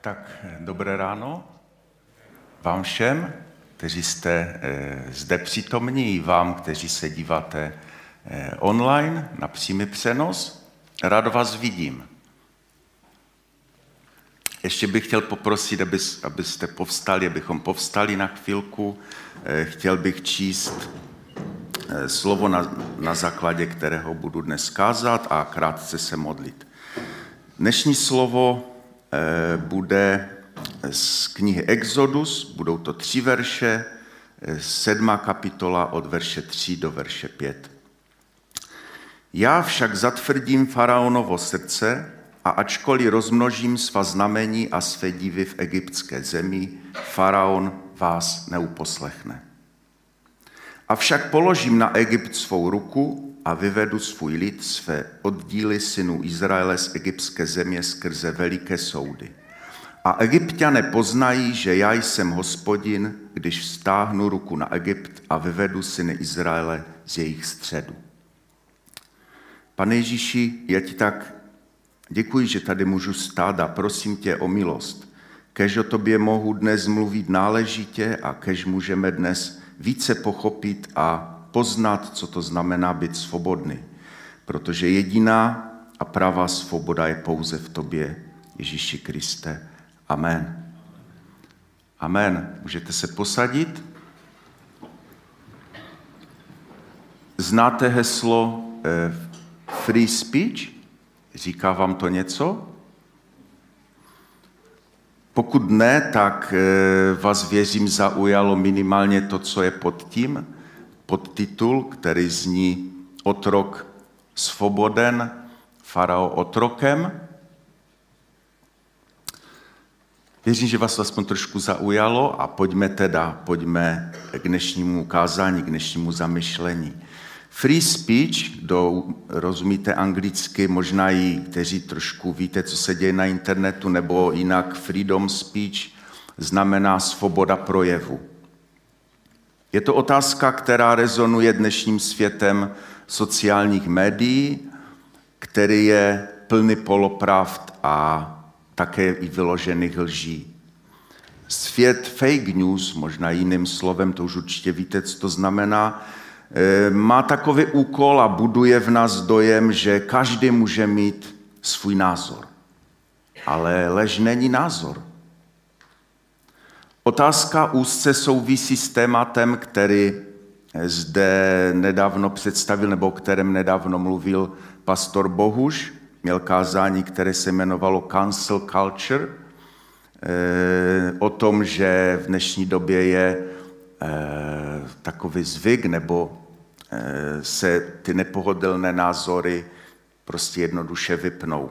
Tak dobré ráno vám všem, kteří jste zde přítomní, i vám, kteří se díváte online na přímý přenos. Rád vás vidím. Ještě bych chtěl poprosit, abyste povstali, abychom povstali na chvilku. Chtěl bych číst slovo, na základě kterého budu dnes kázat a krátce se modlit. Dnešní slovo bude z knihy Exodus, budou to 3 verše, 7. kapitola od verše 3 do verše 5. Já však zatvrdím faraonovo srdce a ačkoliv rozmnožím svá znamení a své divy v egyptské zemi, faraon vás neuposlechne. Avšak položím na Egypt svou ruku a vyvedu svůj lid, své oddíly synů Izraele z egyptské země skrze veliké soudy. A Egypťané poznají, že já jsem Hospodin, když vztáhnu ruku na Egypt a vyvedu syny Izraele z jejich středu. Pane Ježíši, já ti tak děkuji, že tady můžu stát a prosím tě o milost. Kéž o tobě mohu dnes mluvit náležitě a kéž můžeme dnes více pochopit a poznat, co to znamená být svobodný. Protože jediná a pravá svoboda je pouze v tobě, Ježíši Kriste. Amen. Amen. Můžete se posadit? Znáte heslo free speech? Říká vám to něco? Pokud ne, tak vás věřím zaujalo minimálně to, co je pod tím, podtitul, který zní Otrok svoboden, farao otrokem. Věřím, že vás to aspoň trošku zaujalo a pojďme k dnešnímu kázání, k dnešnímu zamyšlení. Free speech, kdo rozumíte anglicky, možná i kteří trošku víte, co se děje na internetu, nebo jinak freedom speech, znamená svoboda projevu. Je to otázka, která rezonuje dnešním světem sociálních médií, který je plný polopravd a také i vyložených lží. Svět fake news, možná jiným slovem, to už určitě víte, co to znamená, má takový úkol a buduje v nás dojem, že každý může mít svůj názor. Ale lež není názor. Otázka úzce souvisí s tématem, který zde nedávno představil, nebo o kterém nedávno mluvil pastor Bohuš. Měl kázání, které se jmenovalo Cancel Culture, o tom, že v dnešní době je takový zvyk, nebo se ty nepohodlné názory prostě jednoduše vypnou.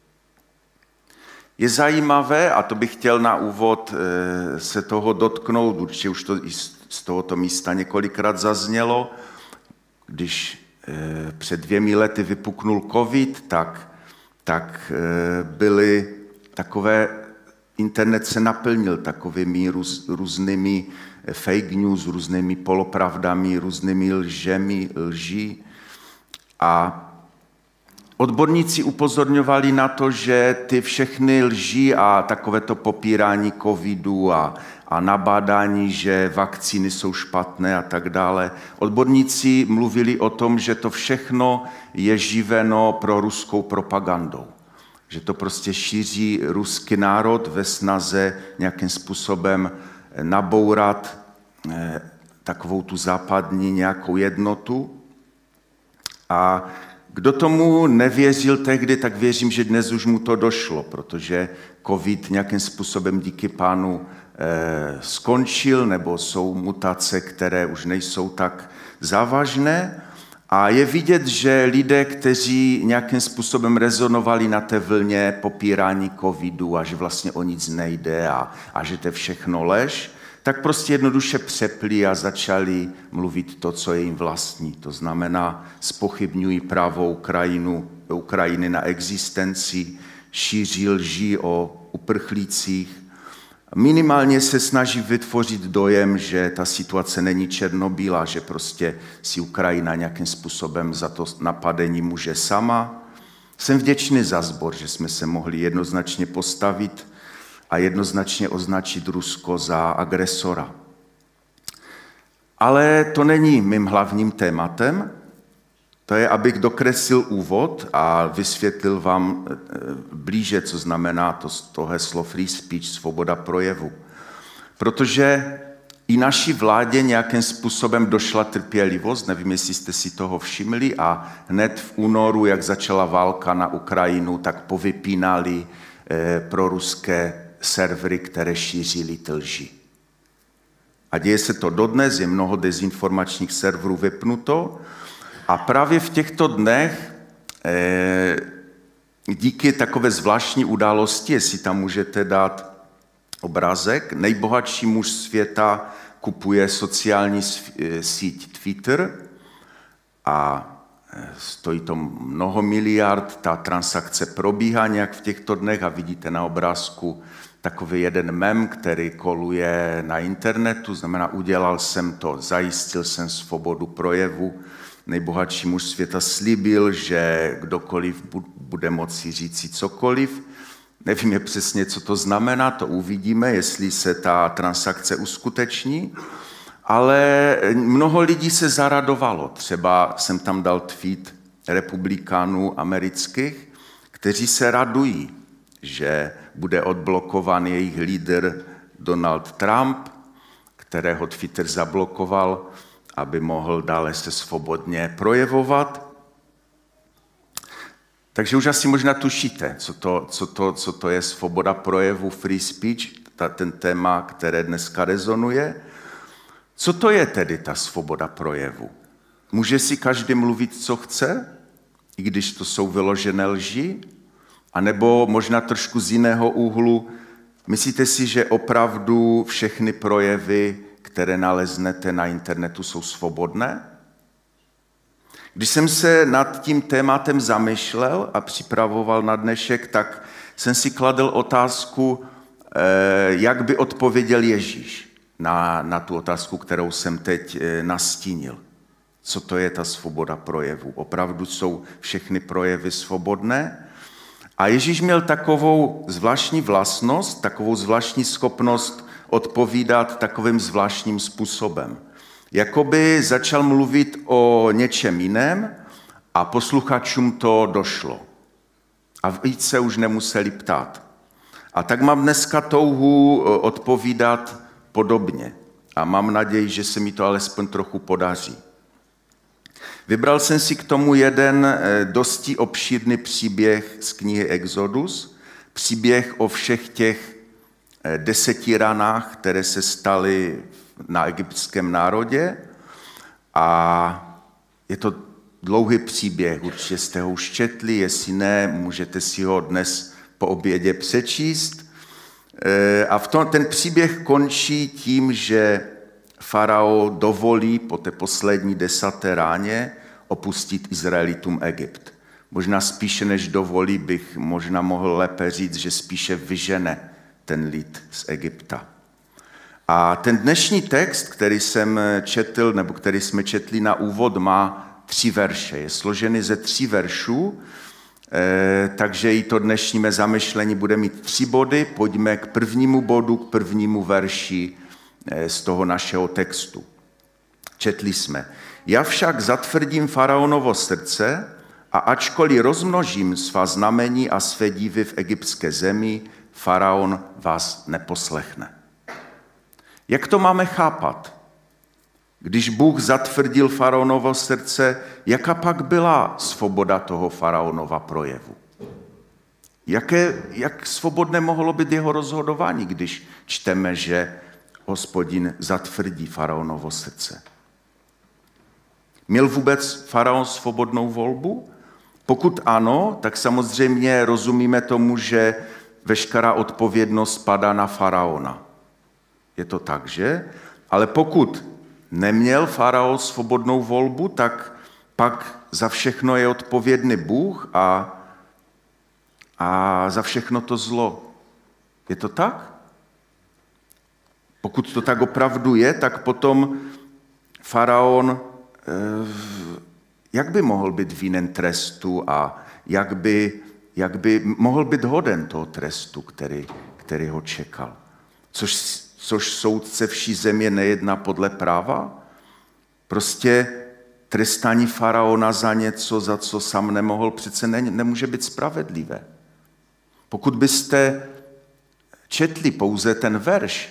Je zajímavé, a to bych chtěl na úvod se toho dotknout, určitě už to i z tohoto místa několikrát zaznělo, když před 2 lety vypuknul covid, tak byly takové, internet se naplnil takovými různými fake news, různými polopravdami, různými lží. A odborníci upozorňovali na to, že ty všechny lži a takovéto popírání covidu a nabádání, že vakcíny jsou špatné a tak dále. Odborníci mluvili o tom, že to všechno je živeno pro ruskou propagandou. Že to prostě šíří ruský národ ve snaze nějakým způsobem nabourat takovou tu západní nějakou jednotu. A kdo tomu nevěřil tehdy, tak věřím, že dnes už mu to došlo, protože covid nějakým způsobem díky pánu skončil, nebo jsou mutace, které už nejsou tak závažné. A je vidět, že lidé, kteří nějakým způsobem rezonovali na té vlně popírání covidu a že vlastně o nic nejde a že to je všechno lež, tak prostě jednoduše přepli a začali mluvit to, co je jim vlastní. To znamená, zpochybňují právo Ukrajiny na existenci, šíří lži o uprchlících. Minimálně se snaží vytvořit dojem, že ta situace není černobílá, že prostě si Ukrajina nějakým způsobem za to napadení může sama. Jsem vděčný za sbor, že jsme se mohli jednoznačně postavit a jednoznačně označit Rusko za agresora. Ale to není mým hlavním tématem. To je, abych dokreslil úvod a vysvětlil vám blíže, co znamená to heslo free speech, svoboda projevu. Protože i naší vládě nějakým způsobem došla trpělivost, nevím, jestli jste si toho všimli, a hned v únoru, jak začala válka na Ukrajinu, tak povypínali proruské servery, které šířily lži. A děje se to dodnes, je mnoho dezinformačních serverů vypnuto. A právě v těchto dnech díky takové zvláštní události, jestli tam můžete dát obrázek, nejbohatší muž světa kupuje sociální síť Twitter a stojí to mnoho miliard, ta transakce probíhá nějak v těchto dnech a vidíte na obrázku takový jeden mem, který koluje na internetu, znamená udělal jsem to, zajistil jsem svobodu projevu. Nejbohatší muž světa slíbil, že kdokoliv bude moci říci cokoliv. Nevíme přesně, co to znamená, to uvidíme, jestli se ta transakce uskuteční, ale mnoho lidí se zaradovalo. Třeba jsem tam dal tweet republikánů amerických, kteří se radují, že bude odblokován jejich lídr Donald Trump, kterého Twitter zablokoval, aby mohl dále se svobodně projevovat. Takže už asi možná tušíte, co to je svoboda projevu, free speech, ten téma, které dneska rezonuje. Co to je tedy ta svoboda projevu? Může si každý mluvit, co chce, i když to jsou vyložené lži? A nebo možná trošku z jiného úhlu, myslíte si, že opravdu všechny projevy, které naleznete na internetu, jsou svobodné? Když jsem se nad tím tématem zamýšlel a připravoval na dnešek, tak jsem si kladl otázku, jak by odpověděl Ježíš na tu otázku, kterou jsem teď nastínil. Co to je ta svoboda projevu? Opravdu jsou všechny projevy svobodné? A Ježíš měl takovou zvláštní vlastnost, takovou zvláštní schopnost odpovídat takovým zvláštním způsobem. Jakoby začal mluvit o něčem jiném a posluchačům to došlo. A víc se už nemuseli ptát. A tak mám dneska touhu odpovídat podobně. A mám naději, že se mi to alespoň trochu podaří. Vybral jsem si k tomu jeden dosti obšírný příběh z knihy Exodus, příběh o všech těch 10 ranách, které se staly na egyptském národě, a je to dlouhý příběh, určitě jste ho už četli, jestli ne, můžete si ho dnes po obědě přečíst. A ten příběh končí tím, že farao dovolí po té poslední 10. ráně opustit Izraelitům Egypt. Možná spíše než dovolí bych možná mohl lépe říct, že spíše vyžene ten lid z Egypta. A ten dnešní text, který jsem četl, nebo který jsme četli na úvod, má 3 verše. Je složený ze 3 veršů, takže i to dnešní mé zamyšlení bude mít 3 body. Pojďme k prvnímu bodu, k prvnímu verši z toho našeho textu. Četli jsme. Já však zatvrdím faraonovo srdce a ačkoliv rozmnožím svá znamení a své divy v egyptské zemi, faraon vás neposlechne. Jak to máme chápat? Když Bůh zatvrdil faraonovo srdce, jaká pak byla svoboda toho faraonova projevu? Jak svobodné mohlo být jeho rozhodování, když čteme, že Hospodin zatvrdí faraonovo srdce? Měl vůbec faraon svobodnou volbu? Pokud ano, tak samozřejmě rozumíme tomu, že veškerá odpovědnost padá na faraona. Je to tak, že? Ale pokud neměl faraon svobodnou volbu, tak pak za všechno je odpovědný Bůh a za všechno to zlo. Je to tak? Pokud to tak opravdu je, tak potom faraon, jak by mohl být vinen trestu a jak by mohl být hoden toho trestu, který ho čekal. Což soudce vší země nejedná podle práva? Prostě trestání faraona za něco, za co sám nemohl, přece nemůže být spravedlivé. Pokud byste četli pouze ten verš,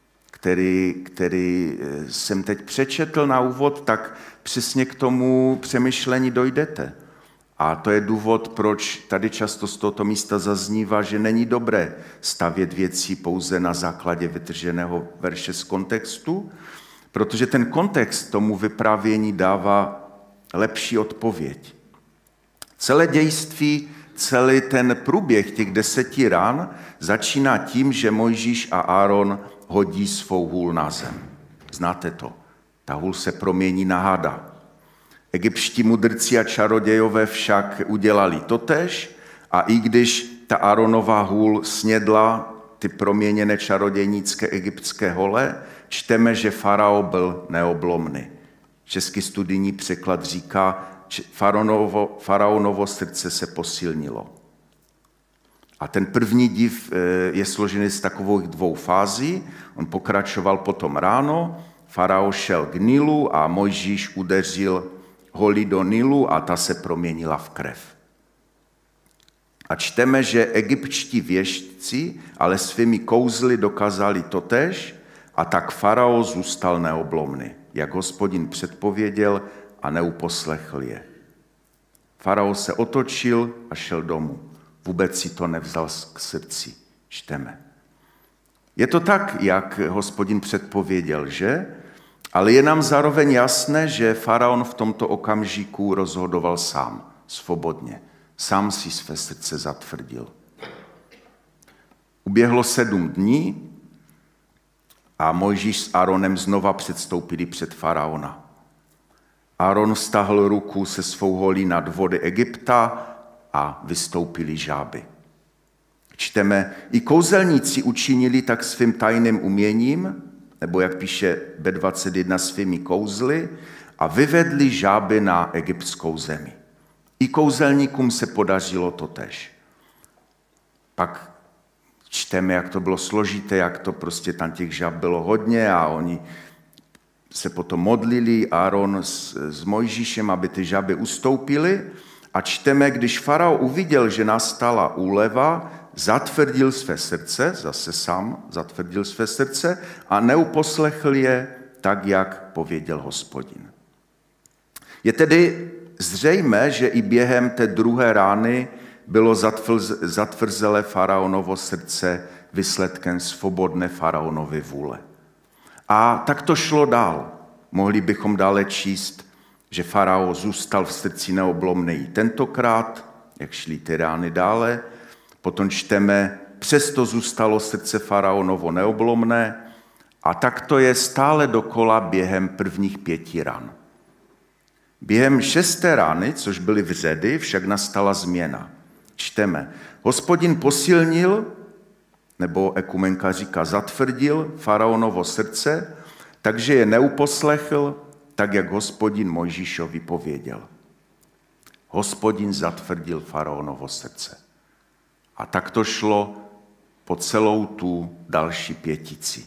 který jsem teď přečetl na úvod, tak přesně k tomu přemýšlení dojdete. A to je důvod, proč tady často z tohoto místa zaznívá, že není dobré stavět věci pouze na základě vytrženého verše z kontextu, protože ten kontext tomu vyprávění dává lepší odpověď. Celé dějství, celý ten průběh těch 10 ran začíná tím, že Mojžíš a Áron hodí svou hůl na zem. Znáte to? Ta hůl se promění na hada. Egyptští mudrci a čarodějové však udělali totéž a i když ta Áronova hůl snědla ty proměněné čarodějnické egyptské hole, čteme, že farao byl neoblomný. Český studijní překlad říká, že faraonovo srdce se posilnilo. A ten první div je složený z takových 2 fází. On pokračoval potom ráno, farao šel k Nilu a Mojžíš udeřil holi do Nilu a ta se proměnila v krev. A čteme, že egyptští věštci ale svými kouzly dokázali totéž a tak farao zůstal neoblomný, jak Hospodin předpověděl a neuposlechl je. Farao se otočil a šel domů. Vůbec si to nevzal k srdci, čteme. Je to tak, jak Hospodin předpověděl, že? Ale je nám zároveň jasné, že faraon v tomto okamžiku rozhodoval sám, svobodně. Sám si své srdce zatvrdil. Uběhlo 7 dní a Mojžíš s Áronem znova předstoupili před faraona. Áron stáhl ruku se svou holí nad vody Egypta a vystoupili žáby. Čteme, i kouzelníci učinili tak svým tajným uměním, nebo jak píše B21 svými kouzly, a vyvedli žáby na egyptskou zemi. I kouzelníkům se podařilo totéž. Pak čteme, jak to bylo složité, jak to prostě tam těch žáb bylo hodně a oni se potom modlili, Áron s Mojžíšem, aby ty žáby ustoupily. A čteme, když farao uviděl, že nastala úleva, zatvrdil své srdce, zase sám zatvrdil své srdce a neuposlechl je tak, jak pověděl Hospodin. Je tedy zřejmé, že i během té druhé rány bylo zatvrzelé faraonovo srdce výsledkem svobodné faraonovy vůle. A tak to šlo dál. Mohli bychom dále číst, že farao zůstal v srdci neoblomný tentokrát, jak šly ty rány dále. Potom čteme, přesto zůstalo srdce faraonovo neoblomné a tak to je stále dokola během prvních 5 ran. Během 6. rány, což byly vředy, však nastala změna. Čteme, Hospodin posilnil, nebo ekumenka říká zatvrdil faraonovo srdce, takže je neuposlechl, tak jak Hospodin Mojžíšovi pověděl. Hospodin zatvrdil faraonovo srdce. A tak to šlo po celou tu další 5.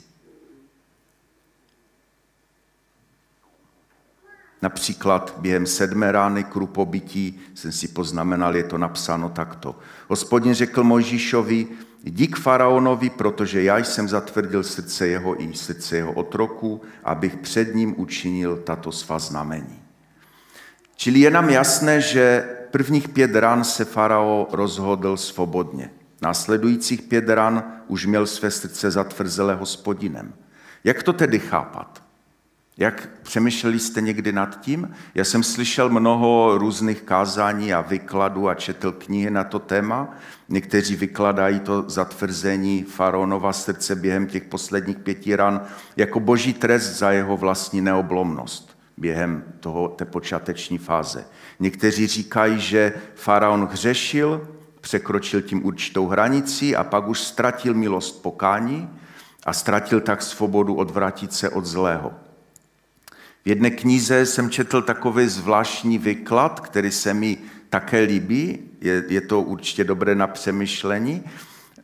Například během 7. rány krupobytí jsem si poznamenal, je to napsáno takto. Hospodin řekl Mojžíšovi, jdi k faraonovi, protože já jsem zatvrdil srdce jeho i srdce jeho otroků, abych před ním učinil tato svá znamení. Čili je nám jasné, že prvních 5 ran se farao rozhodl svobodně. Následujících 5 ran už měl své srdce zatvrzelé Hospodinem. Jak to tedy chápat? Jak přemýšleli jste někdy nad tím? Já jsem slyšel mnoho různých kázání a výkladů a četl knihy na to téma. Někteří vykladají to zatvrzení faraonova srdce během těch posledních 5 ran jako boží trest za jeho vlastní neoblomnost během té počáteční fáze. Někteří říkají, že faraon hřešil, překročil tím určitou hranici a pak už ztratil milost pokání a ztratil tak svobodu odvrátit se od zlého. V jedné knize jsem četl takový zvláštní výklad, který se mi také líbí, je to určitě dobré na přemýšlení.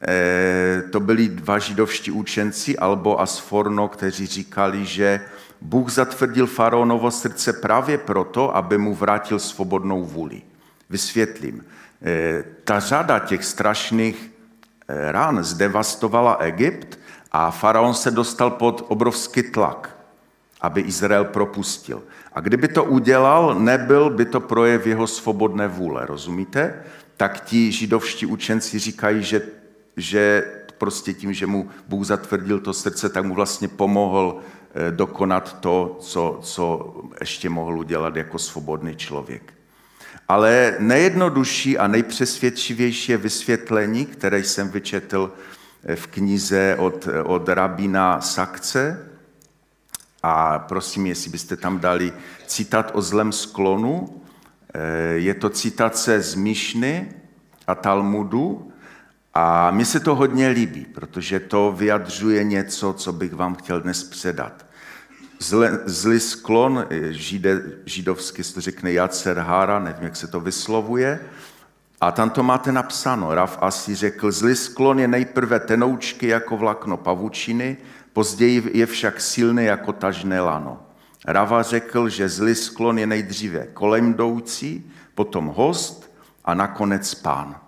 to byli dva židovští učenci, Albo a Sforno, kteří říkali, že Bůh zatvrdil faraonovo srdce právě proto, aby mu vrátil svobodnou vůli. Vysvětlím. Ta řada těch strašných rán zdevastovala Egypt a faraon se dostal pod obrovský tlak, aby Izrael propustil. A kdyby to udělal, nebyl by to projev jeho svobodné vůle, rozumíte? Tak ti židovští učenci říkají, že prostě tím, že mu Bůh zatvrdil to srdce, tak mu vlastně pomohl dokonat to, co ještě mohl udělat jako svobodný člověk. Ale nejjednodušší a nejpřesvědčivější je vysvětlení, které jsem vyčetl v knize od rabína Sakce. A prosím, jestli byste tam dali citát o zlém sklonu. Je to citace z Mišny a Talmudu. A mně se to hodně líbí, protože to vyjadřuje něco, co bych vám chtěl dnes předat. Zlý sklon, židovsky se to řekne Jacer Hara, nevím, jak se to vyslovuje, a tam to máte napsáno. Rav Asi řekl, zlý sklon je nejprve tenoučky jako vlákno pavučiny, později je však silný jako tažné lano. Rava řekl, že zlý sklon je nejdříve kolem jdoucí, potom host a nakonec pán.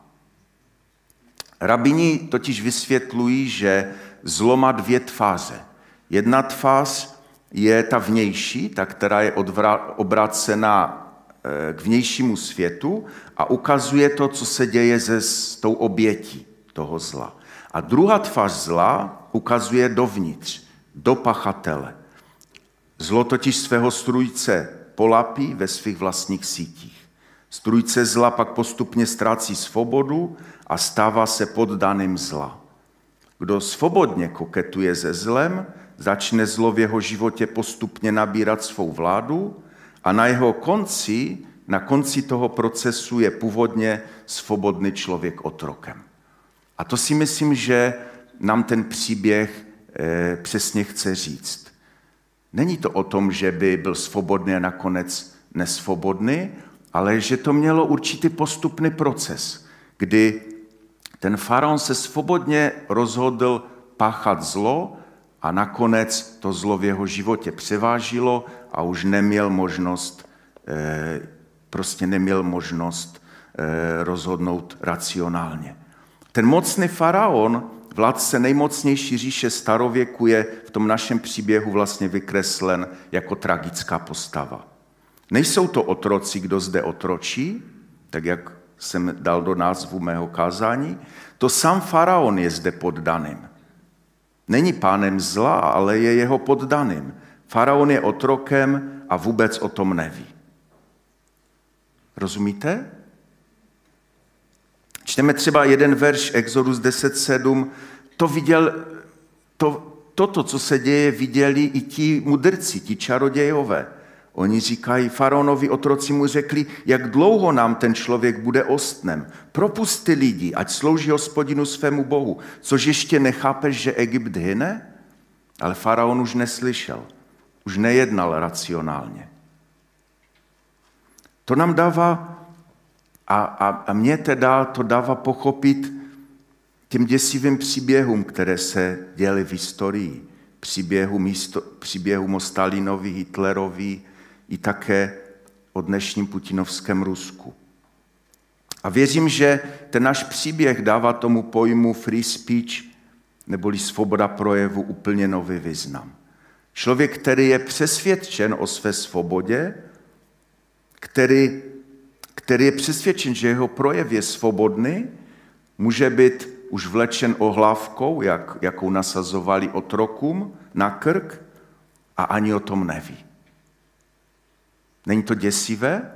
Rabini totiž vysvětlují, že zlo má dvě tváře. Jedna tvář je ta vnější, ta, která je obrácená k vnějšímu světu a ukazuje to, co se děje s tou obětí toho zla. A druhá tvář zla ukazuje dovnitř, do pachatele. Zlo totiž svého strůjce polapí ve svých vlastních sítích. Strůjce zla pak postupně ztrácí svobodu a stává se poddaným zla. Kdo svobodně koketuje se zlem, začne zlo v jeho životě postupně nabírat svou vládu a na konci toho procesu je původně svobodný člověk otrokem. A to si myslím, že nám ten příběh přesně chce říct. Není to o tom, že by byl svobodný a nakonec nesvobodný, ale že to mělo určitý postupný proces, kdy ten faraon se svobodně rozhodl páchat zlo a nakonec to zlo v jeho životě převážilo a už neměl možnost rozhodnout racionálně. Ten mocný faraon, vládce nejmocnější říše starověku, je v tom našem příběhu vlastně vykreslen jako tragická postava. Nejsou to otroci, kdo zde otročí, tak jak jsem dal do názvu mého kázání, to sám faraon je zde poddaným. Není pánem zla, ale je jeho poddaným. Faraon je otrokem a vůbec o tom neví. Rozumíte? Čteme třeba jeden verš Exodus 10.7. Toto, co se děje, viděli i ti mudrci, ti čarodějové. Oni říkají, faraonovi otroci mu řekli, jak dlouho nám ten člověk bude ostnem. Propust ty lidi, ať slouží Hospodinu svému Bohu. Což ještě nechápeš, že Egypt hyne? Ale faraon už neslyšel, už nejednal racionálně. To nám dává, a mě teda to dává pochopit těm děsivým příběhům, které se děly v historii. Příběhům o Stalinovi, Hitlerovi, i také o dnešním putinovském Rusku. A věřím, že ten náš příběh dává tomu pojmu free speech, neboli svoboda projevu, úplně nový význam. Člověk, který je přesvědčen o své svobodě, který je přesvědčen, že jeho projev je svobodný, může být už vlečen ohlávkou, jakou nasazovali otrokům na krk, a ani o tom neví. Není to děsivé?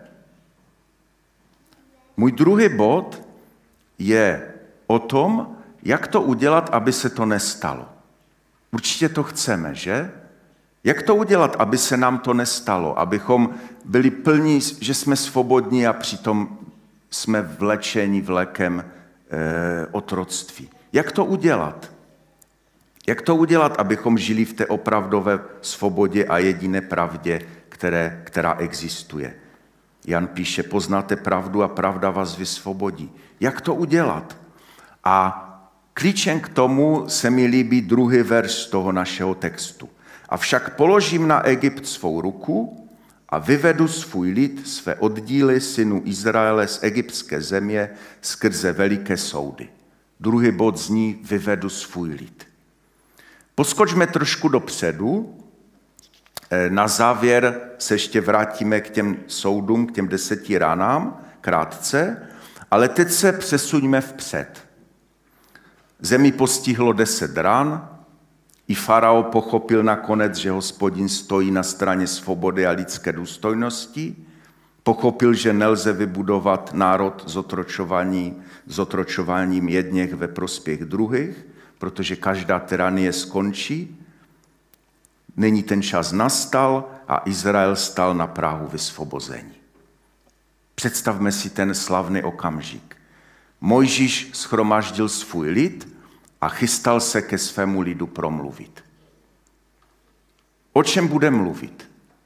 Můj druhý bod je o tom, jak to udělat, aby se to nestalo. Určitě to chceme, že? Jak to udělat, aby se nám to nestalo? Abychom byli plní, že jsme svobodní a přitom jsme vlečeni vlekem otroctví. Jak to udělat? Jak to udělat, abychom žili v té opravdové svobodě a jediné pravdě, která existuje? Jan píše, poznáte pravdu a pravda vás vysvobodí. Jak to udělat? A Klíčem k tomu se mi líbí druhý verš z toho našeho textu. Avšak položím na Egypt svou ruku a vyvedu svůj lid, své oddíly synů Izraele z egyptské země skrze veliké soudy. Druhý bod zní vyvedu svůj lid. Poskočme trošku dopředu. Na závěr se ještě vrátíme k těm soudům, k těm 10 ranám, krátce, ale teď se přesuňme vpřed. Zemi postihlo 10 ran, i farao pochopil nakonec, že Hospodin stojí na straně svobody a lidské důstojnosti, pochopil, že nelze vybudovat národ s otročováním jedněch ve prospěch druhých, protože každá tyranie skončí. Nyní ten čas nastal a Izrael stal na prahu vysvobození. Představme si ten slavný okamžik. Mojžíš shromaždil svůj lid a chystal se ke svému lidu promluvit. O čem bude mluvit?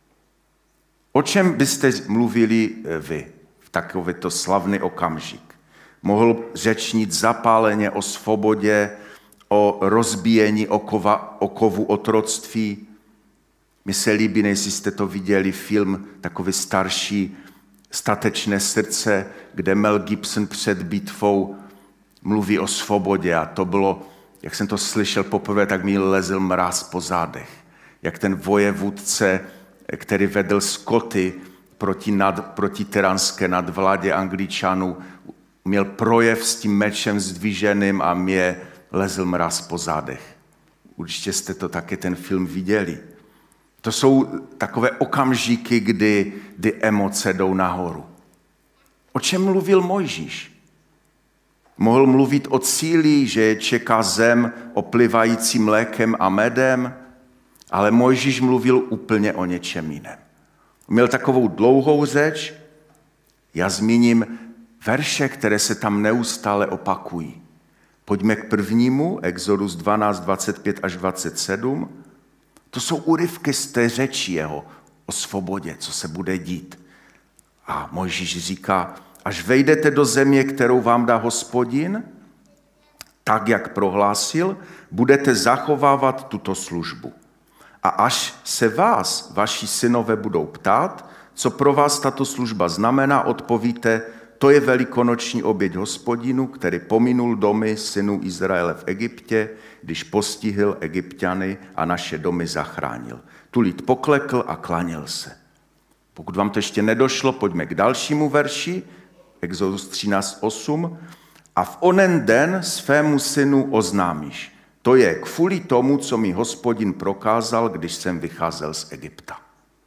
O čem byste mluvili vy v takovýto slavný okamžik? Mohl řečnit zapáleně o svobodě, o rozbíjení okovu otroctví. Mně se líbí, jestli jste to viděli, film takový starší, Statečné srdce, kde Mel Gibson před bitvou mluví o svobodě a to bylo, jak jsem to slyšel poprvé, tak mi lezl mráz po zádech. Jak ten vojevůdce, který vedl Skoty proti tyranské nadvládě Angličanů, měl projev s tím mečem zdviženým a mě lezl mráz po zádech. Určitě jste to taky ten film viděli. To jsou takové okamžiky, kdy emoce jdou nahoru. O čem mluvil Mojžíš? Mohl mluvit o cíli, že je čeká zem oplivající mlékem a medem, ale Mojžíš mluvil úplně o něčem jiném. Měl takovou dlouhou řeč, já zmíním verše, které se tam neustále opakují. Pojďme k prvnímu, Exodus 12, 25 až 27. To jsou úryvky z té řeči jeho o svobodě, co se bude dít. A Mojžíš říká, až vejdete do země, kterou vám dá Hospodin, tak, jak prohlásil, budete zachovávat tuto službu. A až se vás, vaši synové, budou ptát, co pro vás tato služba znamená, odpovíte, to je velikonoční oběť Hospodinu, který pominul domy synů Izraele v Egyptě, když postihl Egypťany a naše domy zachránil. Tu lid poklekl a klaněl se. Pokud vám to ještě nedošlo, pojďme k dalšímu verši, Exodus 13:8. A v onen den svému synu oznámíš. To je kvůli tomu, co mi Hospodin prokázal, když jsem vycházel z Egypta.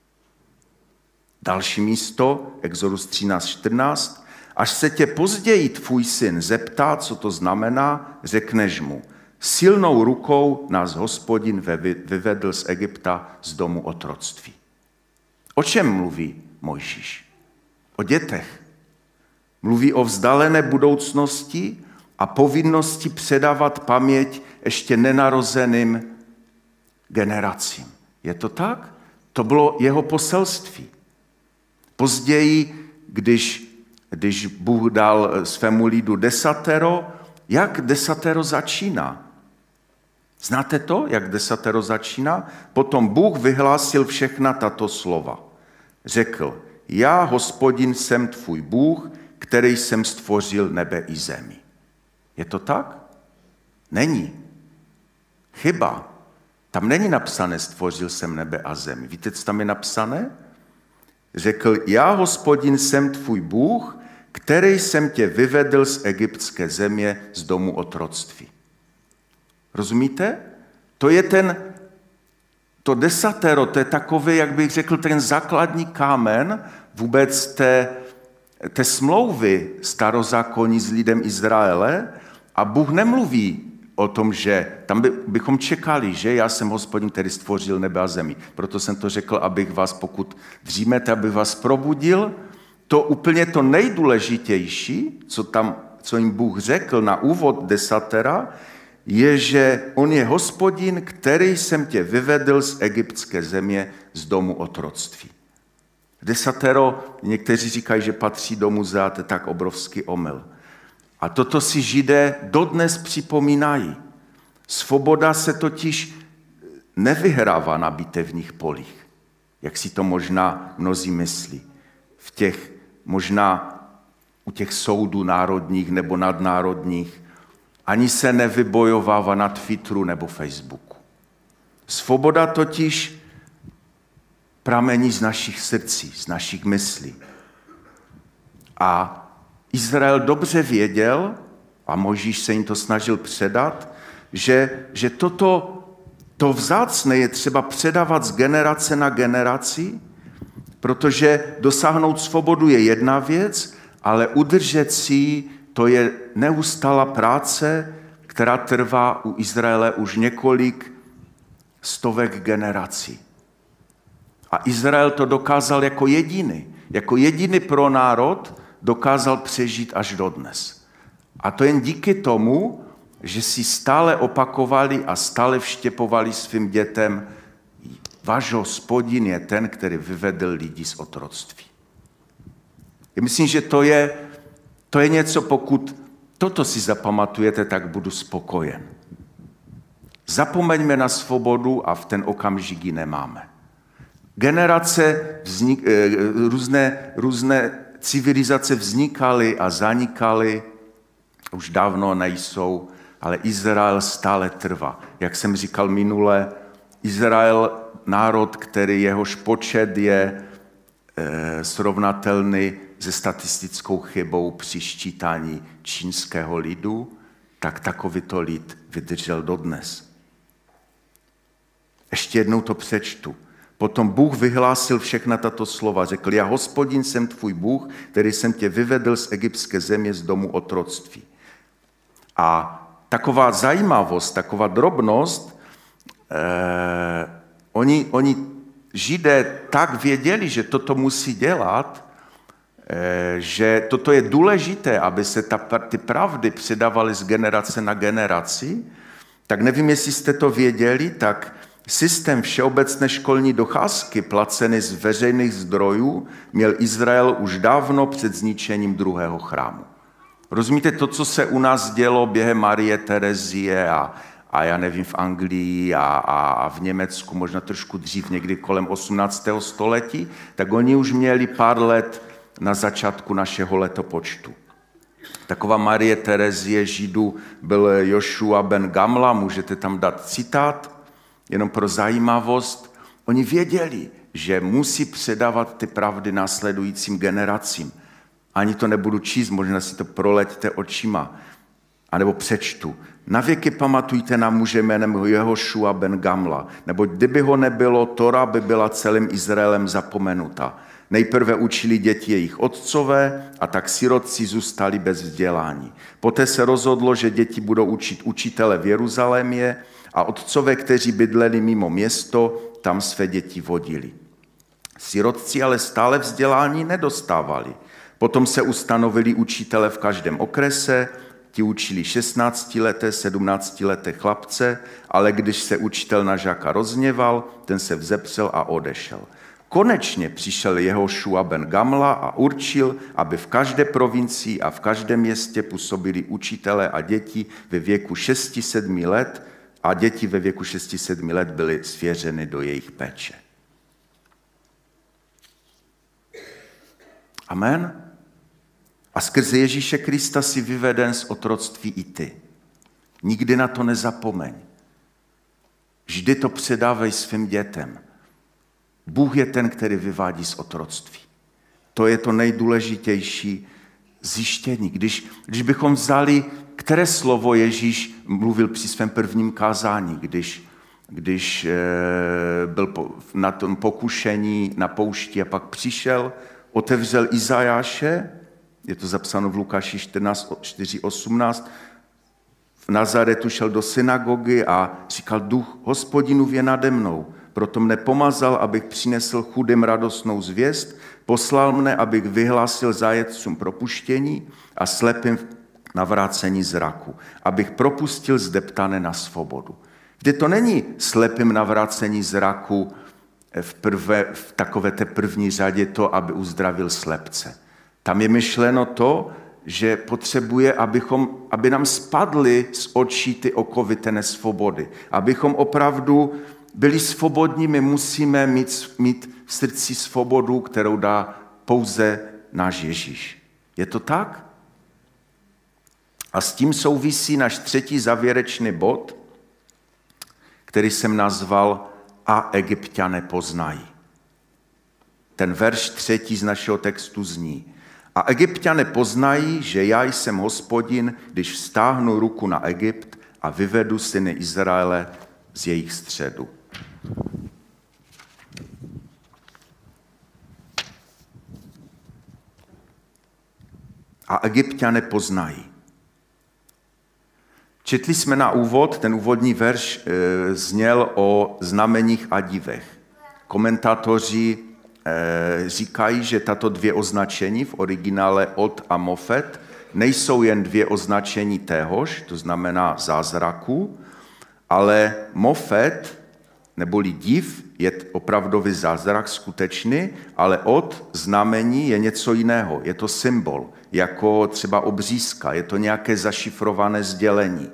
Další místo, Exodus 13:14. Až se tě později tvůj syn zeptá, co to znamená, řekneš mu, silnou rukou nás Hospodin vyvedl z Egypta z domu otroctví. O čem mluví Mojžíš? O dětech. Mluví o vzdálené budoucnosti a povinnosti předávat paměť ještě nenarozeným generacím. Je to tak? To bylo jeho poselství. Později, když Bůh dal svému lidu desatero, jak desatero začíná? Znáte to, jak desatero začíná? Potom Bůh vyhlásil všechna tato slova. Řekl, já, Hospodin, jsem tvůj Bůh, který jsem stvořil nebe i zemi. Je to tak? Není. Chyba. Tam není napsané, stvořil jsem nebe a zemi. Víte, co tam je napsané? Řekl, já, Hospodin, jsem tvůj Bůh, který jsem tě vyvedl z egyptské země, z domu otroctví. Rozumíte? To je to desatero, to je takový, jak bych řekl, ten základní kámen vůbec té smlouvy starozákonní s lidem Izraele a Bůh nemluví o tom, že tam bychom čekali, že já jsem Hospodin, který stvořil nebe a zemi. Proto jsem to řekl, abych vás, pokud dřímete, abych vás probudil. To úplně to nejdůležitější, co jim Bůh řekl na úvod desatera, je, že on je Hospodin, který jsem tě vyvedl z egyptské země, z domu otroctví. Desatero, někteří říkají, že patří do muzea, to je tak obrovský omyl. A toto si Židé dodnes připomínají. Svoboda se totiž nevyhrává na bitevních polích, jak si to možná mnozí myslí. Možná u těch soudů národních nebo nadnárodních, ani se nevybojovává na Twitteru nebo Facebooku. Svoboda totiž pramení z našich srdcí, z našich myslí. A Izrael dobře věděl, a Mojžíš se jim to snažil předat, že to vzácné je třeba předávat z generace na generaci, protože dosáhnout svobodu je jedna věc, ale udržet si to je neustálá práce, která trvá u Izraele už několik stovek generací. A Izrael to dokázal jako jediný pro národ dokázal přežít až dodnes. A to jen díky tomu, že si stále opakovali a stále vštěpovali svým dětem, váš Hospodin je ten, který vyvedl lidi z otroctví. Já myslím, že to je něco, pokud toto si zapamatujete, tak budu spokojen. Zapomeňme na svobodu a v ten okamžik ji nemáme. Různé civilizace vznikaly a zanikaly, už dávno nejsou, ale Izrael stále trvá. Jak jsem říkal minule, Izrael, národ, který jehož počet je srovnatelný se statistickou chybou při sčítání čínského lidu, tak takovýto lid vydržel dodnes. Ještě jednou to přečtu. Potom Bůh vyhlásil všechna tato slova. Řekl, já Hospodin jsem tvůj Bůh, který jsem tě vyvedl z egyptské země z domu otroctví. A taková zajímavost, taková drobnost, oni Židé tak věděli, že toto musí dělat, že toto je důležité, aby se ty pravdy předávaly z generace na generaci, tak nevím, jestli jste to věděli, tak systém všeobecné školní docházky placený z veřejných zdrojů měl Izrael už dávno před zničením druhého chrámu. Rozumíte, to, co se u nás dělo během Marie Terezie a já nevím, v Anglii a v Německu, možná trošku dřív, někdy kolem 18. století, tak oni už měli pár let na začátku našeho letopočtu. Taková Marie Terezie Židů byl Jošua ben Gamla, můžete tam dát citát, jenom pro zajímavost. Oni věděli, že musí předávat ty pravdy následujícím generacím. Ani to nebudu číst, možná si to proleďte očima, anebo přečtu. Navěky pamatujte na muže jménem Jehošua ben Gamla, nebo kdyby ho nebylo, Tora by byla celým Izraelem zapomenuta. Nejprve učili děti jejich otcové a tak sirotci zůstali bez vzdělání. Poté se rozhodlo, že děti budou učit učitele v Jeruzalémě a otcové, kteří bydleli mimo město, tam své děti vodili. Sirotci ale stále vzdělání nedostávali. Potom se ustanovili učitele v každém okrese, ti učili 16leté, 17leté chlapce, ale když se učitel na žáka rozhněval, ten se vzepřel a odešel. Konečně přišel Jehošua ben Gamla a určil, aby v každé provincii a v každém městě působili učitelé a děti ve věku 6-7 let a děti ve věku 6-7 let byly svěřeny do jejich péče. Amen. A skrze Ježíše Krista si vyveden z otroctví i ty. Nikdy na to nezapomeň. Vždy to předávej svým dětem. Bůh je ten, který vyvádí z otroctví. To je to nejdůležitější zjištění. Když bychom vzali, které slovo Ježíš mluvil při svém prvním kázání, když byl na tom pokušení na poušti a pak přišel, otevřel Izajáše, je to zapsáno v Lukáši 4:18, v Nazaretu šel do synagogy a říkal, duch Hospodinův je nade mnou, proto mne pomazal, abych přinesl chudým radostnou zvěst, poslal mne, abych vyhlásil zajetcům propuštění a slepým navrácení zraku, abych propustil zdeptané na svobodu. Vždy to není slepým navrácení zraku v takové té první řadě to, aby uzdravil slepce. Tam je myšleno to, že potřebuje, aby nám spadly z očí ty okovy té nesvobody. Abychom opravdu byli svobodní, my musíme mít v srdci svobodu, kterou dá pouze náš Ježíš. Je to tak? A s tím souvisí náš třetí závěrečný bod, který jsem nazval A Egypťané poznají. Ten verš 3 z našeho textu zní: A Egypťané poznají, že já jsem Hospodin, když vztáhnu ruku na Egypt a vyvedu syny Izraele z jejich středu. A Egypťané poznají. Četli jsme na úvod, ten úvodní verš zněl o znameních a divech. Komentátoři říkají, že tato dvě označení v originále od a mofet nejsou jen dvě označení téhož, to znamená zázraku, ale mofet neboli div je opravdový zázrak skutečný, ale od znamení je něco jiného. Je to symbol, jako třeba obřízka, je to nějaké zašifrované sdělení.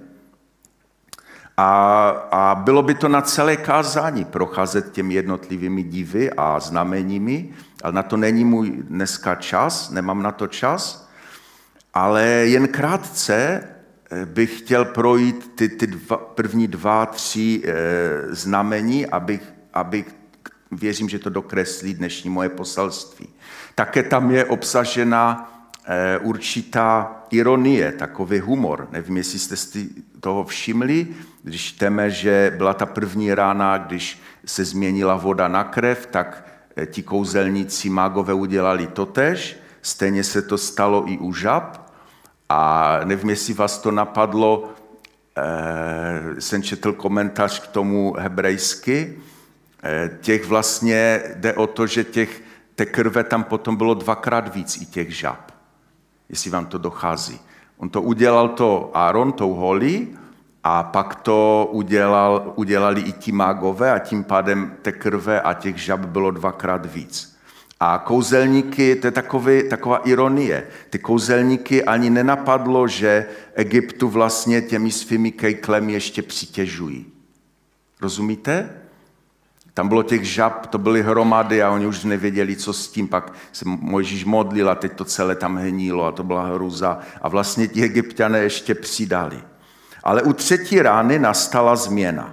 A bylo by to na celé kázání procházet těmi jednotlivými divy a znameními, ale na to není můj dneska čas, nemám na to čas, ale jen krátce bych chtěl projít ty první 2, 3 znamení, abych věřím, že to dokreslí dnešní moje poselství. Také tam je obsažena určitá ironie, takový humor. Nevím, jestli jste si toho všimli, když čteme, že byla ta první rána, když se změnila voda na krev, tak ti kouzelníci mágové udělali totéž, stejně se to stalo i u žab. A nevím, jestli vás to napadlo, jsem četl komentář k tomu hebrejsky, těch vlastně jde o to, že té krve tam potom bylo 2krát víc i těch žab, jestli vám to dochází. On to udělal Áron, tou holí, a pak to udělali i ti mágové a tím pádem té krve a těch žab bylo 2krát víc. A kouzelníky, to je taková ironie, ty kouzelníky ani nenapadlo, že Egyptu vlastně těmi svými kejklemi ještě přitěžují. Rozumíte? Tam bylo těch žab, to byly hromady a oni už nevěděli, co s tím. Pak se Mojžíš modlil a teď to celé tam hnilo a to byla hruza. A vlastně ti Egypťané ještě přidali. Ale u 3. rány nastala změna.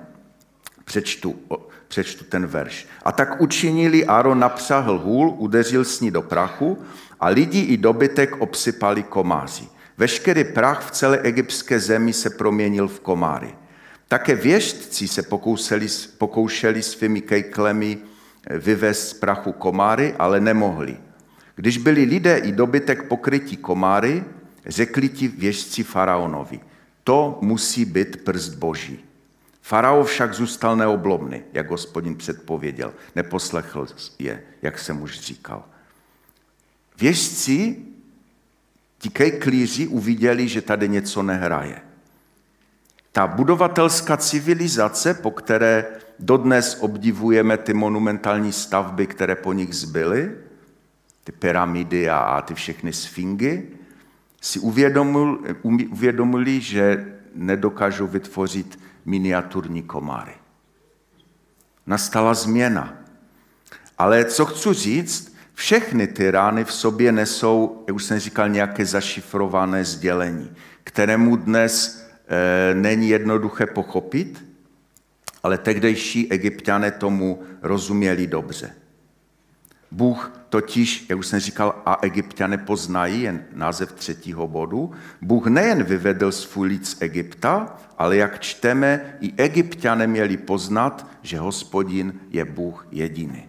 Přečtu ten verš. A tak učinili, Áron napřáhl hůl, udeřil s ní do prachu a lidi i dobytek obsypali komáři. Veškerý prach v celé egyptské zemi se proměnil v komáry. Také věštci se pokoušeli svými kejklemi vyvést z prachu komáry, ale nemohli. Když byli lidé i dobytek pokryti komáry, řekli ti věštci faraonovi: to musí být prst Boží. Faraon však zůstal neoblomný, jak Hospodin předpověděl. Neposlechl je, jak jsem už říkal. Věštci, ti kejklíři, uviděli, že tady něco nehraje. Ta budovatelská civilizace, po které dodnes obdivujeme ty monumentální stavby, které po nich zbyly, ty pyramidy a ty všechny sfingy, si uvědomili, že nedokážou vytvořit miniaturní komáry. Nastala změna. Ale co chci říct, všechny ty rány v sobě nesou, jak už jsem říkal, nějaké zašifrované sdělení, kterému dnes není jednoduché pochopit, ale tehdejší Egypťané tomu rozuměli dobře. Bůh totiž, jak už jsem říkal, a Egypťané poznají, jen název 3. bodu, Bůh nejen vyvedl svůj lid z Egypta, ale jak čteme, i Egypťané měli poznat, že Hospodin je Bůh jediný.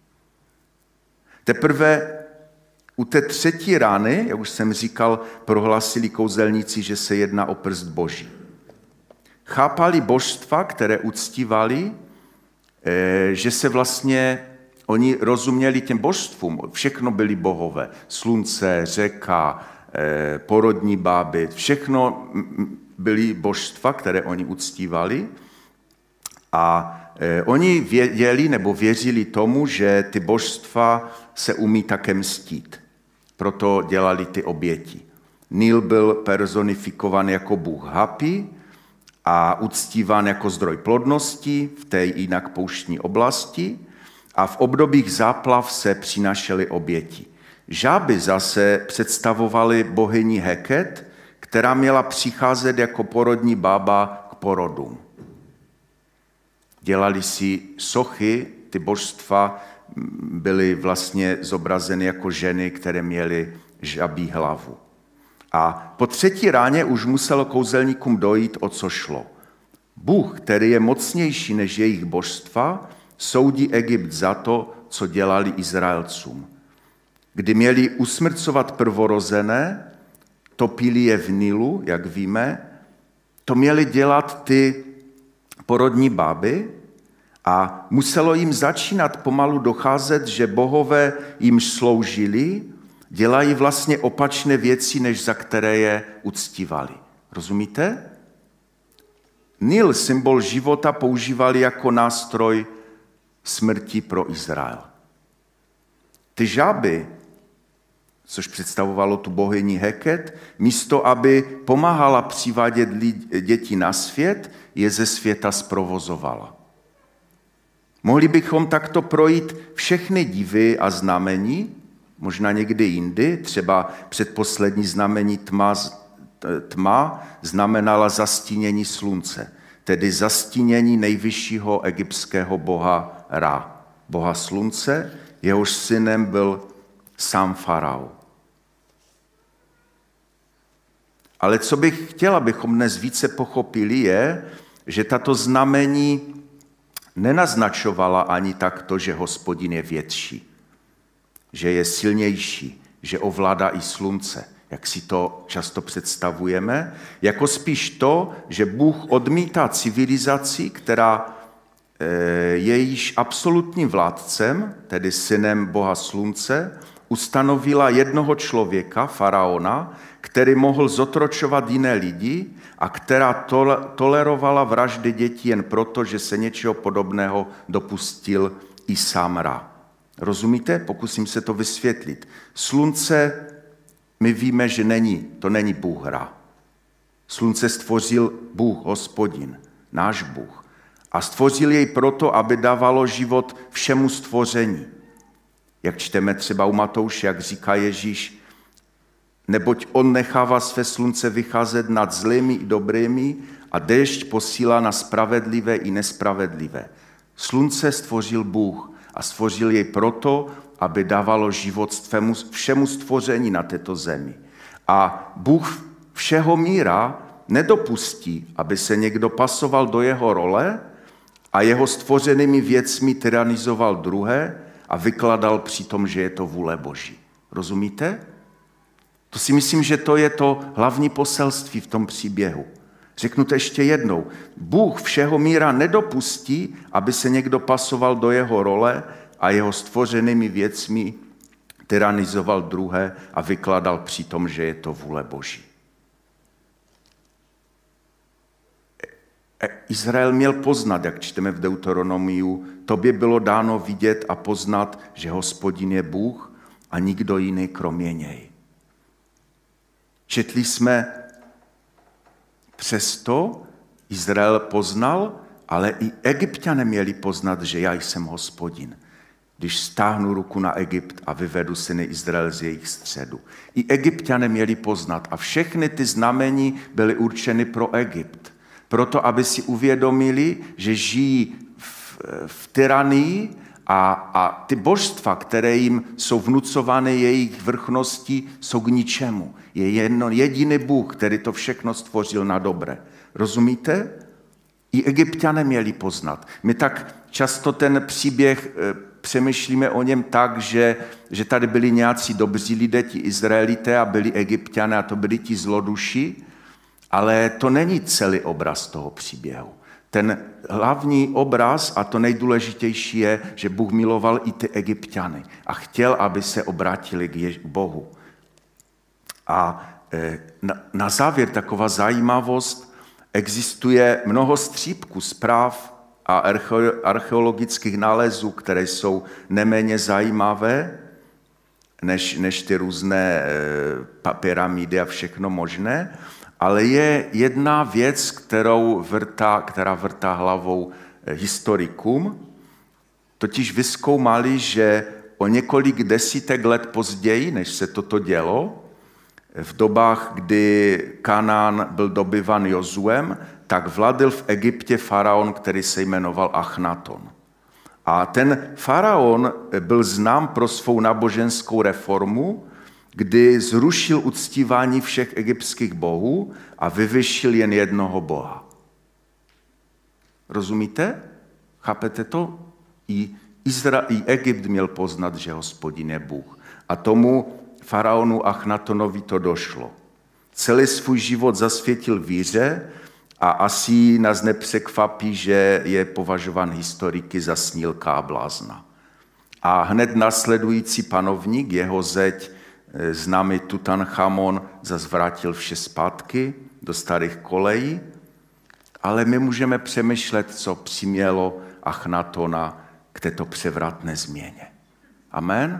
Teprve u té 3. rány, jak už jsem říkal, prohlásili kouzelníci, že se jedná o prst Boží. Chápali božstva, které uctívali, že se vlastně oni rozuměli těm božstvům, všechno byli bohové. Slunce, řeka, porodní báby, všechno byly božstva, které oni uctívali. A oni věděli nebo věřili tomu, že ty božstva se umí také mstít. Proto dělali ty oběti. Nil byl personifikován jako bůh Hapi a uctíván jako zdroj plodnosti v té jinak pouštní oblasti a v obdobích záplav se přinášely oběti. Žáby zase představovaly bohyni Heket, která měla přicházet jako porodní bába k porodům. Dělali si sochy, ty božstva byly vlastně zobrazeny jako ženy, které měly žabí hlavu. A po 3. ráně už muselo kouzelníkům dojít, o co šlo. Bůh, který je mocnější než jejich božstva, soudí Egypt za to, co dělali Izraelcům. Kdy měli usmrcovat prvorozené, topili je v Nilu, jak víme, to měli dělat ty porodní báby a muselo jim začínat pomalu docházet, že bohové jim sloužili, dělají vlastně opačné věci, než za které je uctívali. Rozumíte? Nil, symbol života, používali jako nástroj smrti pro Izrael. Ty žáby, což představovalo tu bohyni Heket, místo aby pomáhala přivádět děti na svět, je ze světa zprovozovala. Mohli bychom takto projít všechny divy a znamení, možná někdy jindy, třeba předposlední znamení tma znamenala zastínění slunce, tedy zastínění nejvyššího egyptského boha Ra, boha slunce, jehož synem byl sám faraon. Ale co bych chtěla, abychom dnes více pochopili, je, že tato znamení nenaznačovala ani takto, že Hospodin je větší, že je silnější, že ovládá i slunce, jak si to často představujeme, jako spíš to, že Bůh odmítá civilizaci, která je již absolutním vládcem, tedy synem Boha slunce, ustanovila jednoho člověka, faraona, který mohl zotročovat jiné lidi a která tolerovala vraždy dětí jen proto, že se něčeho podobného dopustil i sám Ra. Rozumíte? Pokusím se to vysvětlit. Slunce, my víme, že to není Bůh Ra. Slunce stvořil Bůh, Hospodin, náš Bůh. A stvořil jej proto, aby dávalo život všemu stvoření. Jak čteme třeba u Matouše, jak říká Ježíš, neboť on nechává své slunce vycházet nad zlými i dobrými a déšť posílá na spravedlivé i nespravedlivé. Slunce stvořil Bůh a stvořil jej proto, aby dávalo život všemu stvoření na této zemi. A Bůh všeho míra nedopustí, aby se někdo pasoval do jeho role a jeho stvořenými věcmi tyranizoval druhé a vykladal přitom, že je to vůle Boží. Rozumíte? To si myslím, že to je to hlavní poselství v tom příběhu. Řeknu to ještě jednou. Bůh všeho míra nedopustí, aby se někdo pasoval do jeho role a jeho stvořenými věcmi tyranizoval druhé a vykladal přitom, že je to vůle Boží. Izrael měl poznat, jak čteme v Deuteronomiu, tobě bylo dáno vidět a poznat, že Hospodin je Bůh a nikdo jiný kromě něj. Četli jsme, přesto Izrael poznal, ale i Egypťané měli poznat, že já jsem Hospodin, když stáhnu ruku na Egypt a vyvedu syny Izrael z jejich středu. I Egypťané měli poznat a všechny ty znamení byly určeny pro Egypt. Proto, aby si uvědomili, že žijí v tyranii a ty božstva, které jim jsou vnucovány jejich vrchností, jsou k ničemu. Je jediný Bůh, který to všechno stvořil na dobré. Rozumíte? I Egypťané měli poznat. My tak často ten příběh přemýšlíme o něm tak, že tady byli nějací dobří lidé, ti Izraelité a byli Egypťané a to byli ti zloduši, ale to není celý obraz toho příběhu. Ten hlavní obraz a to nejdůležitější je, že Bůh miloval i ty Egypťany a chtěl, aby se obrátili k Bohu. A na závěr taková zajímavost, existuje mnoho střípků zpráv a archeologických nálezů, které jsou neméně zajímavé. než ty různé pyramidy a všechno možné, ale je jedna věc, která vrtá hlavou historikům, totiž vyzkoumali, že o několik desítek let později, než se toto dělo, v dobách, kdy Kanán byl dobyvan Jozuem, tak vladl v Egyptě faraon, který se jmenoval Achnaton. A ten faraon byl znám pro svou náboženskou reformu, kdy zrušil uctívání všech egyptských bohů a vyvyšil jen jednoho boha. Rozumíte? Chápete to? I Egypt měl poznat, že Hospodin je Bůh. A tomu faraonu Achnatonovi to došlo. Celý svůj život zasvětil víře a asi nás nepřekvapí, že je považován historiky za snílka a blázna. A hned následující panovník, jeho zeď, známý Tutanchamon, zas vrátil vše zpátky do starých kolejí, ale my můžeme přemýšlet, co přimělo Achnatona k této převratné změně. Amen?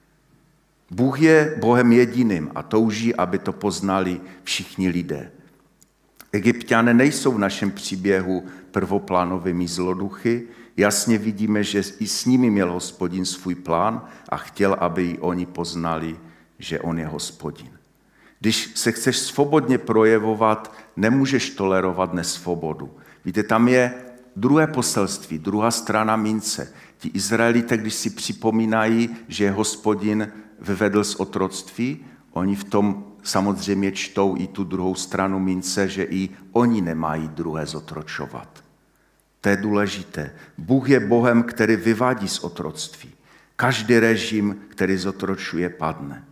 Bůh je Bohem jediným a touží, aby to poznali všichni lidé. Egypťané nejsou v našem příběhu prvoplánovými zloduchy. Jasně vidíme, že i s nimi měl Hospodin svůj plán a chtěl, aby i oni poznali, že on je Hospodin. Když se chceš svobodně projevovat, nemůžeš tolerovat nesvobodu. Víte, tam je druhé poselství, druhá strana mince. Ti Izraelité, když si připomínají, že je Hospodin vyvedl z otroctví, oni v tom samozřejmě čtou i tu druhou stranu mince, že i oni nemají druhé zotročovat. To je důležité. Bůh je Bohem, který vyvádí z otroctví. Každý režim, který zotročuje, padne.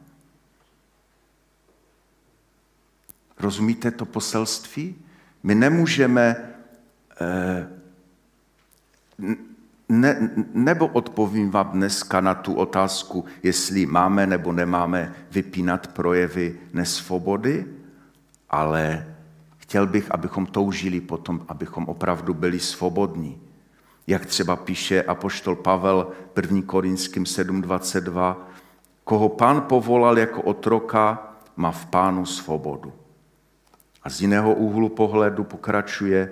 Rozumíte to poselství? My nemůžeme, nebo odpovím vám dneska na tu otázku, jestli máme nebo nemáme vypínat projevy nesvobody, ale chtěl bych, abychom toužili potom, abychom opravdu byli svobodní. Jak třeba píše apoštol Pavel 1. Korinským 7.22, koho Pán povolal jako otroka, má v Pánu svobodu. A z jiného úhlu pohledu pokračuje,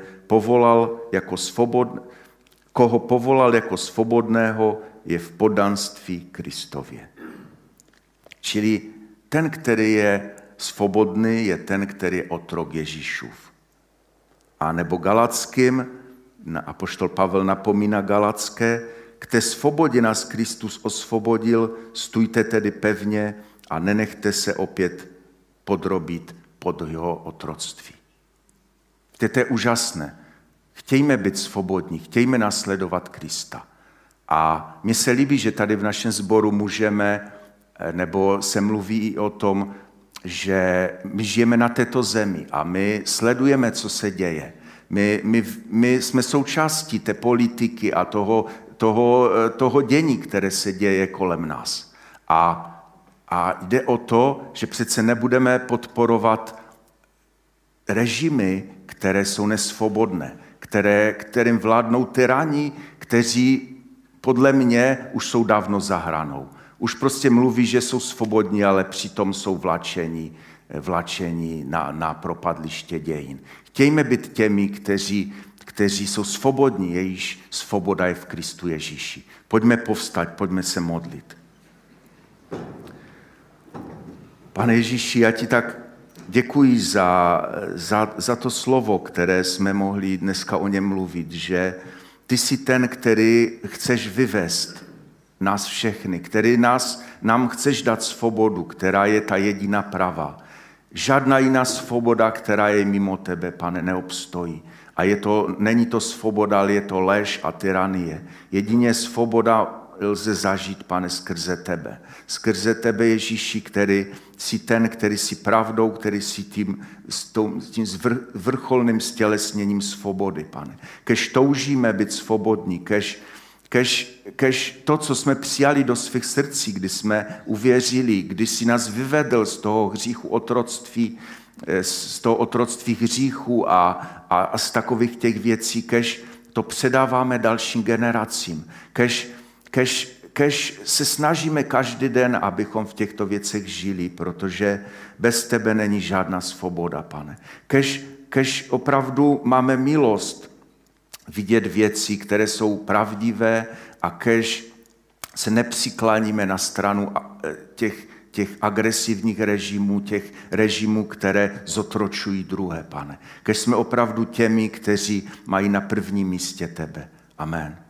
koho povolal jako svobodného, je v poddanství Kristově. Čili ten, který je svobodný, je ten, který je otrok Ježíšův. A nebo Galackým, apoštol Pavel napomíná Galacké, k té svobodě nás Kristus osvobodil, stůjte tedy pevně a nenechte se opět podrobit pod jeho otroctví. To je úžasné. Chtějme být svobodní, chtějme nasledovat Krista. A mně se líbí, že tady v našem sboru můžeme, nebo se mluví i o tom, že my žijeme na této zemi a my sledujeme, co se děje. My jsme součástí té politiky a toho dění, které se děje kolem nás. A jde o to, že přece nebudeme podporovat režimy, které jsou nesvobodné, kterým vládnou tyrani, kteří podle mě už jsou dávno za hranou. Už prostě mluví, že jsou svobodní, ale přitom jsou vlačení na propadliště dějin. Chtějme být těmi, kteří jsou svobodní, jejíž svoboda je v Kristu Ježíši. Pojďme povstať, pojďme se modlit. Pane Ježíši, já ti tak děkuji za to slovo, které jsme mohli dneska o něm mluvit, že ty jsi ten, který chceš vyvést nás všechny, který nám chceš dát svobodu, která je ta jediná pravá. Žádná jiná svoboda, která je mimo tebe, Pane, neobstojí. A není to svoboda, ale je to lež a tyranie. Jedině svoboda lze zažít, Pane, skrze tebe. Skrze tebe, Ježíši, který jsi ten, který jsi pravdou, který jsi tím vrcholným stělesněním svobody, Pane. Kež toužíme být svobodní, kež to, co jsme přijali do svých srdcí, kdy jsme uvěřili, kdy jsi nás vyvedl z toho hříchu otroctví, z toho otroctví hříchu a z takových těch věcí, kež to předáváme dalším generacím. kež se snažíme každý den, abychom v těchto věcech žili, protože bez tebe není žádná svoboda, Pane. Kež opravdu máme milost vidět věci, které jsou pravdivé a kež se nepřikláníme na stranu těch agresivních režimů, těch režimů, které zotročují druhé, Pane. Kež jsme opravdu těmi, kteří mají na prvním místě tebe. Amen.